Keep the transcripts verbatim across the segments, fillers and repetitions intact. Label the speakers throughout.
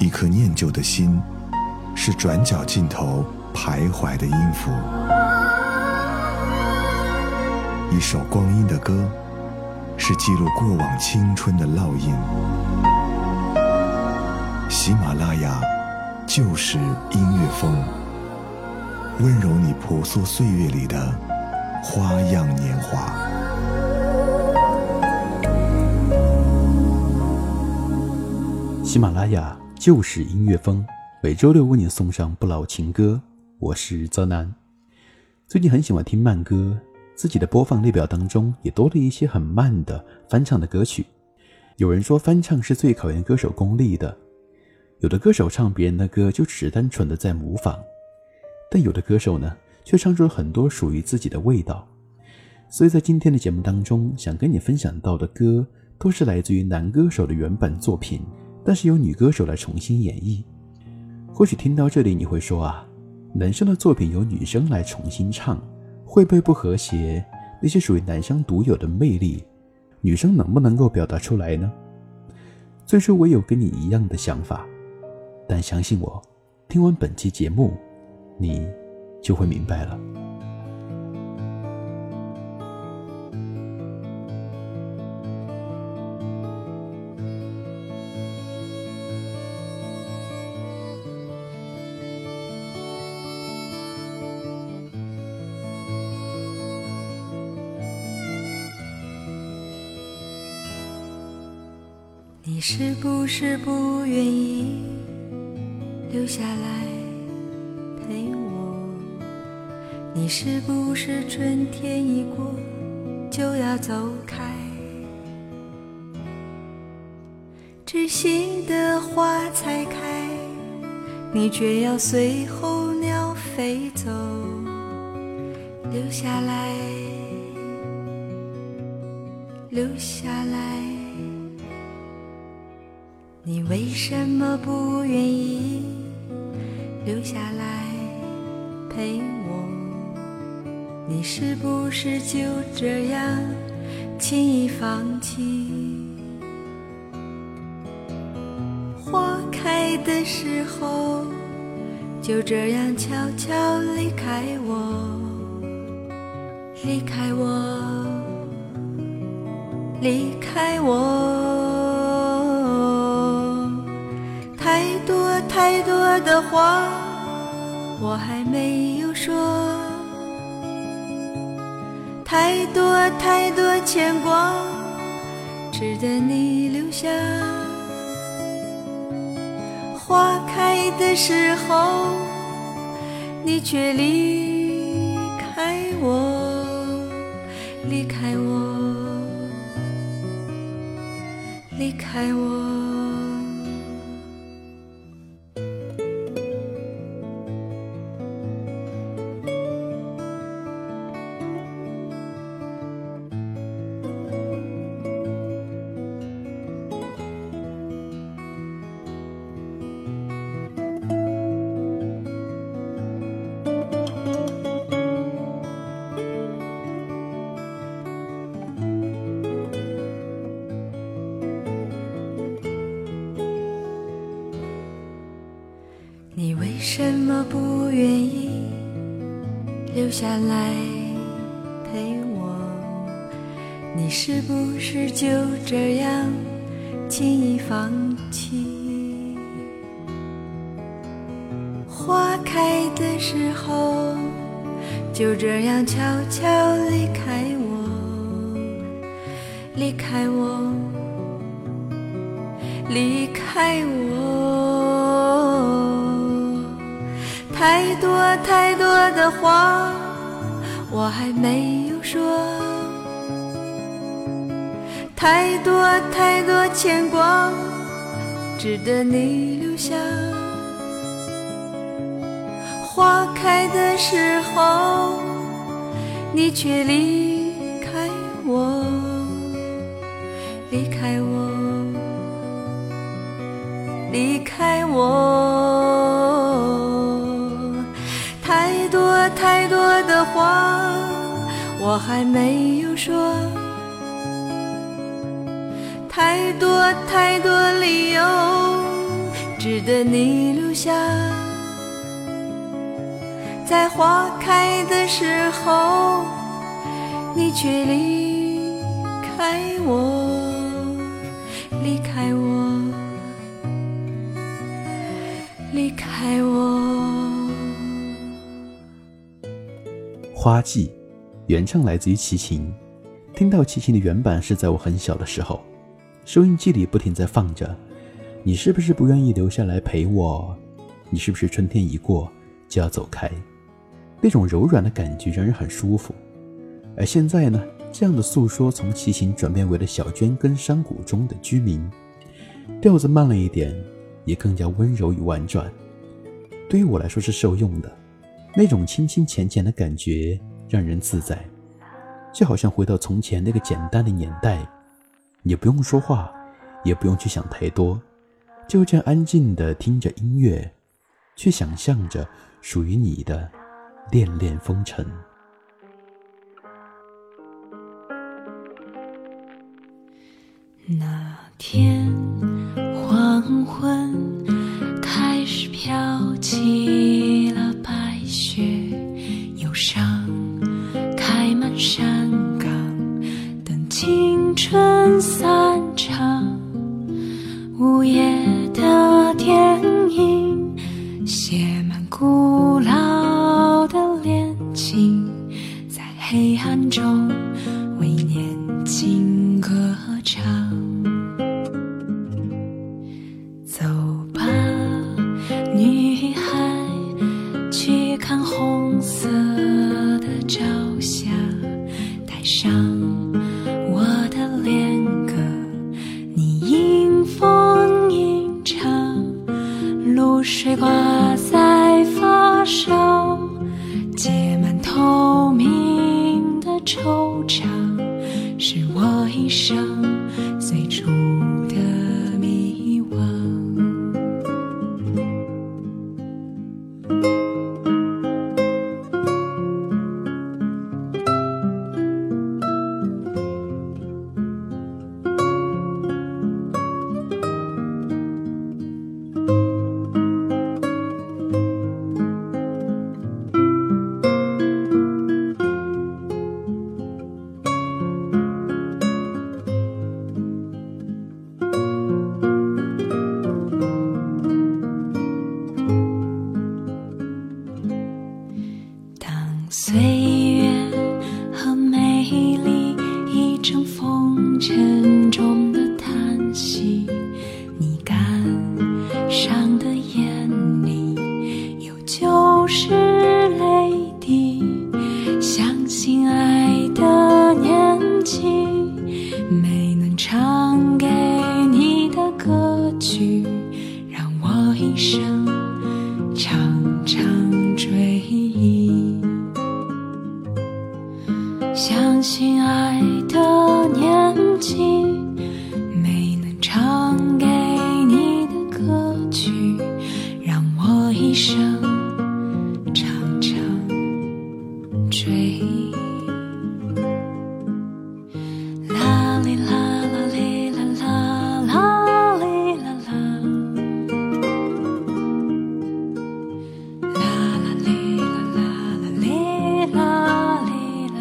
Speaker 1: 一颗念旧的心，是转角尽头徘徊的音符。一首光阴的歌，是记录过往青春的烙印。喜马拉雅就是音乐风，温柔你婆娑岁月里的花样年华。
Speaker 2: 喜马拉雅就是音乐风，每周六为你送上不老情歌，我是泽南。最近很喜欢听慢歌，自己的播放列表当中也多了一些很慢的翻唱的歌曲。有人说翻唱是最考验歌手功力的，有的歌手唱别人的歌就只是单纯的在模仿，但有的歌手呢却唱出了很多属于自己的味道。所以在今天的节目当中，想跟你分享到的歌都是来自于男歌手的原版作品，但是由女歌手来重新演绎。或许听到这里你会说啊，男生的作品由女生来重新唱，会不会不和谐？那些属于男生独有的魅力，女生能不能够表达出来呢？最初我有跟你一样的想法，但相信我，听完本期节目，你就会明白了。
Speaker 3: 你是不是不愿意留下来陪我？你是不是春天一过就要走开？知心的花才开，你却要随候鸟飞走。留下来，留下来，你为什么不愿意留下来陪我？你是不是就这样轻易放弃？花开的时候就这样悄悄离开我，离开我，离开我。太多太多的话我还没有说，太多太多牵挂值得你留下。花开的时候你却离开我，离开我，离开我。你为什么不愿意留下来陪我？你是不是就这样轻易放弃？花开的时候就这样悄悄离开我，离开我，离开我。太多太多的话我还没有说，太多太多牵挂值得你留下。花开的时候你却离开我，离开我，离开我。太多太多的话我还没有说，太多太多理由值得你留下，在花开的时候，你却离开我，离开我，离开我。
Speaker 2: 花季，原唱来自于齐秦。听到齐秦的原版是在我很小的时候，收音机里不停在放着你是不是不愿意留下来陪我，你是不是春天一过就要走开，那种柔软的感觉让人很舒服。而现在呢，这样的诉说从齐秦转变为了小娟跟山谷中的居民，调子慢了一点，也更加温柔与婉转。对于我来说是受用的，那种清清浅浅的感觉让人自在，就好像回到从前那个简单的年代，也不用说话，也不用去想太多，就这样安静地听着音乐，去想象着属于你的恋恋风尘。
Speaker 3: 那天黄昏开始飘起了白雪，忧伤开满山岗，等青春散场。午夜的电影写满古老的恋情，在黑暗中为年轻歌唱。走吧，女孩，去看红色的朝霞，带上我的恋歌，你迎风吟唱，露水挂在发梢，结满透明的惆怅，是我一生最初的迷惘。岁月和美丽已成风尘中的叹息，你感伤的眼里有旧时泪滴，相信爱的年纪，没能唱给你的歌曲，让我一生常常追忆。相信爱的年纪，没能唱给你的歌曲，让我一生常常追忆。啦哩啦啦哩啦啦啦哩啦啦，啦啦哩啦啦啦哩啦哩。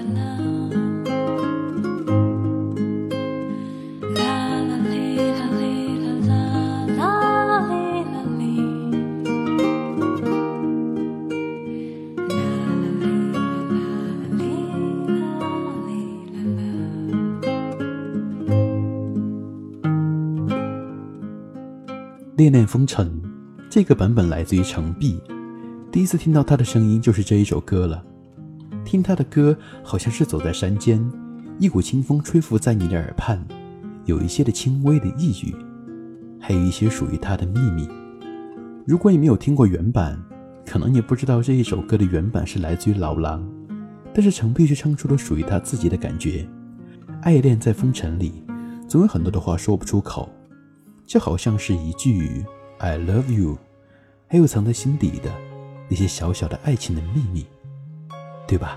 Speaker 2: 恋恋风尘这个版本来自于程璧，第一次听到他的声音就是这一首歌了。听他的歌好像是走在山间，一股清风吹拂在你的耳畔，有一些的轻微的抑郁，还有一些属于他的秘密。如果你没有听过原版，可能也不知道这一首歌的原版是来自于老狼，但是程璧却唱出了属于他自己的感觉。爱恋在风尘里，总有很多的话说不出口，就好像是一句 I love you， 还有藏在心底的那些小小的爱情的秘密，对吧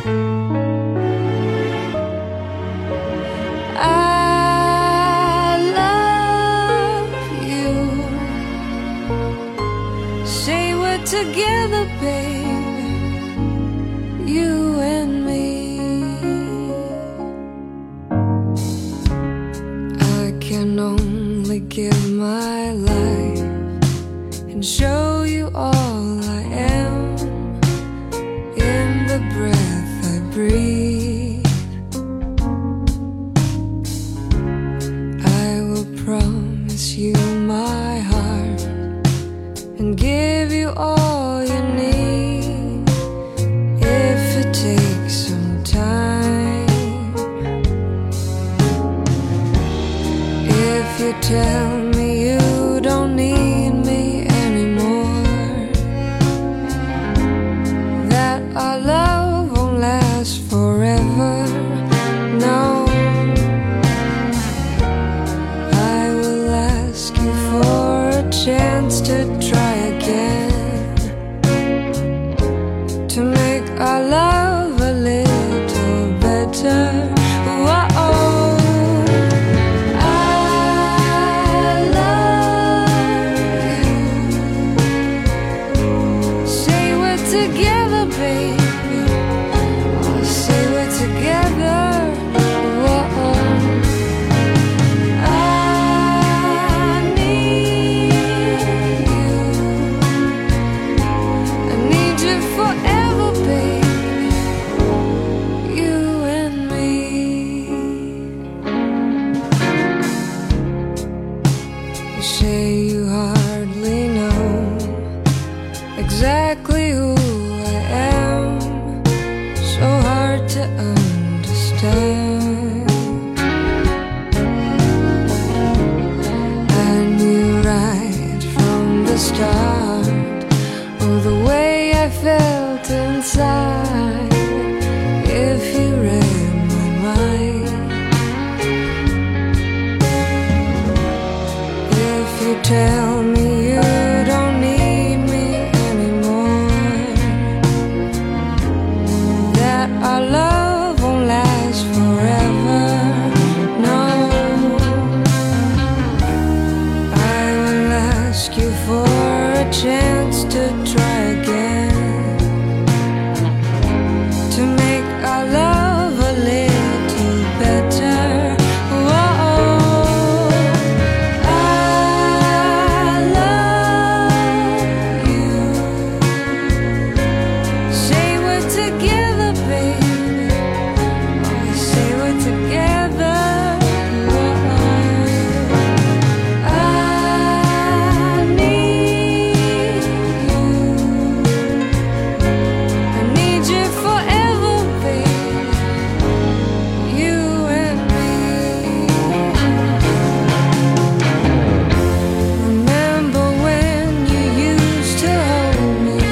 Speaker 3: ？I can only give my life and show you all I am in the breath I breathe. I will promise you my heart and give you all you need if it takes some time. If you tell me you don't need me anymore, that our love won't last forever, no, I will ask you for a chance to try again, to make our love a little better. Whoa, I love you. Say we're together, baby. Oh, say we're together. Whoa, I need you. I need you forever, baby. You and me. You say you hardly know exactly who I am, so hard to understand. I knew right from the start, oh, the way I felt inside, if you read my mind. If you tell me you don't need me anymore, that our love won't last forever, no, I will ask you for a chance to try again, to make our love a little better. Whoa, I love you. Say we're together, baby. Oh, say we're together. Whoa, I need you. I need you forever, baby. You and me. Remember when you used to hold me?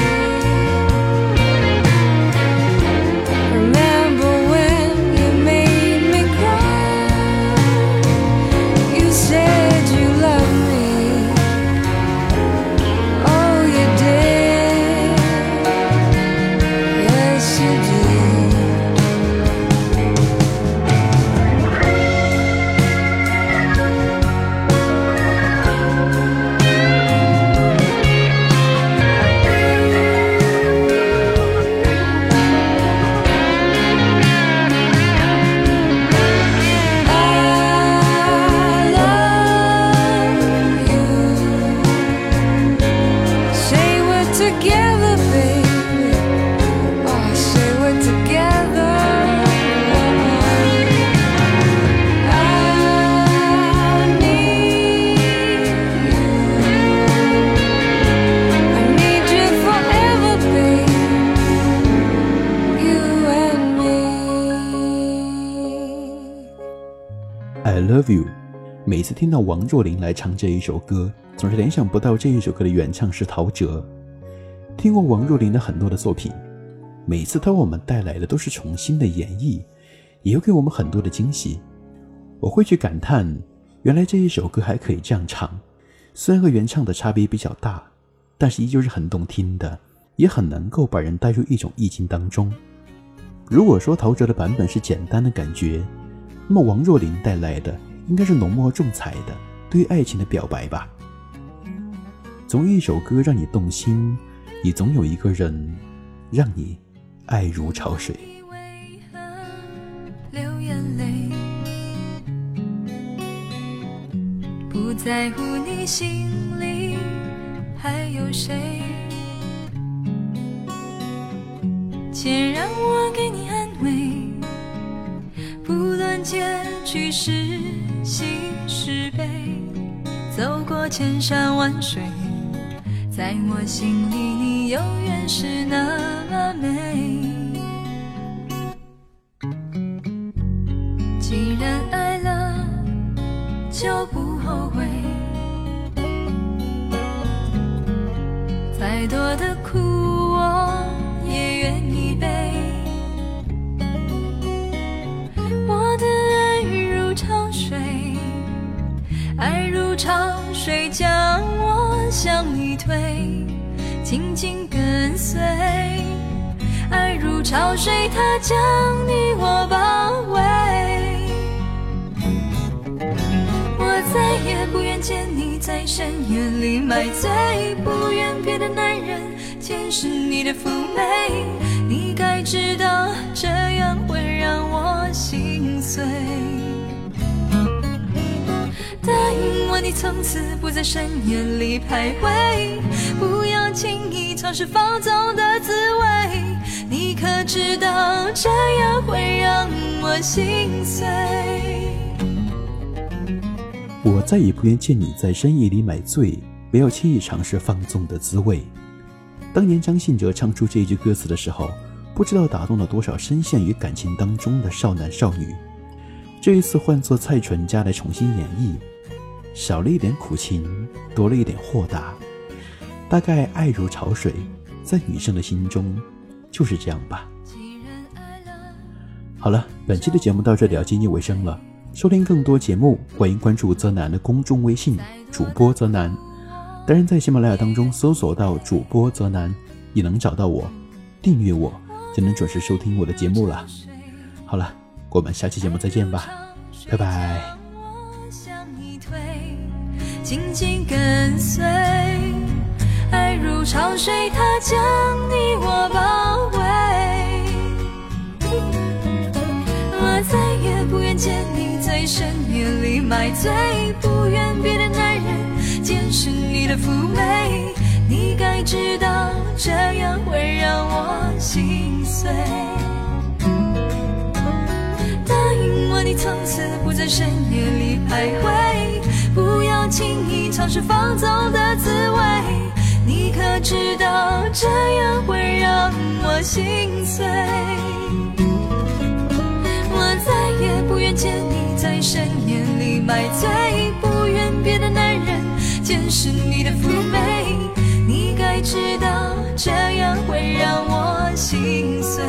Speaker 3: Remember when you made me cry? You said you loved me. Oh, you did. Yes, you did. I love you. Say we're together, baby. Oh, say we're together. I need you. I need you forever, baby. You and me.
Speaker 2: I love you。每次听到王若琳来唱这一首歌，总是联想不到这一首歌的原唱是陶喆。听过王若琳的很多的作品，每次她为我们带来的都是重新的演绎，也会给我们很多的惊喜。我会去感叹，原来这一首歌还可以这样唱，虽然和原唱的差别比较大，但是依旧是很动听的，也很能够把人带入一种意境当中。如果说陶喆的版本是简单的感觉，那么王若琳带来的应该是浓墨重彩的对于爱情的表白吧。总有一首歌让你动心，也总有一个人让你爱如潮水。
Speaker 3: 流眼泪， 不在乎你心里还有谁。且让我给你安慰，不论结局是喜是悲，走过千山万水，在我心里你永远是那么美。既然爱了就不后悔，再多的苦我也愿意背。我的爱如潮水，爱如潮水将我向你推，紧紧跟随。爱如潮水，它将你我包围。我再也不愿见你在深夜里买醉，不愿别的男人见识你的妩媚。你该知道这样会让我心碎。答应我你从此不在深夜里徘徊，不要轻易尝试放纵的滋味。你可知道这样会让我心碎。
Speaker 2: 我再也不愿见你在深夜里买醉，不要轻易尝试放纵的滋味。当年张信哲唱出这一句歌词的时候，不知道打动了多少深陷于感情当中的少男少女。这一次换作蔡淳佳来重新演绎，少了一点苦情，多了一点豁达。大概爱如潮水，在女生的心中就是这样吧。好了，本期的节目到这里要接近尾声了。收听更多节目，欢迎关注泽南的公众微信主播泽南。当然在喜马拉雅当中搜索到主播泽南也能找到我，订阅我就能准时收听我的节目了。好了，我们下期节目再见吧，拜拜。
Speaker 3: 紧紧跟随，爱如潮水，它将你我包围。我再也不愿见你在深夜里买醉，不愿别的男人见识你的妩媚。你该知道这样会让我心碎。答应我你从此不在深夜里徘徊，不要轻易尝试放纵的滋味。你可知道这样会让我心碎。我再也不愿见你在深夜里买醉，不愿别的男人见识你的妩媚。你该知道这样会让我心碎。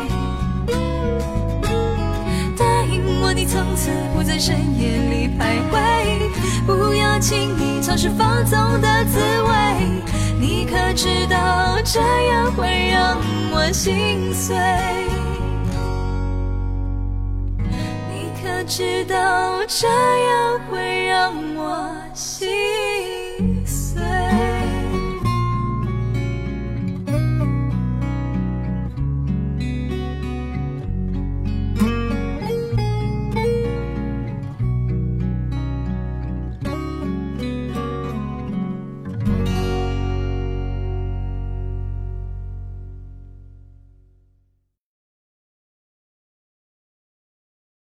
Speaker 3: 答应我你从此不在深夜里徘徊，不要轻易尝试放纵的滋味。你可知道这样会让我心碎。你可知道这样会让我心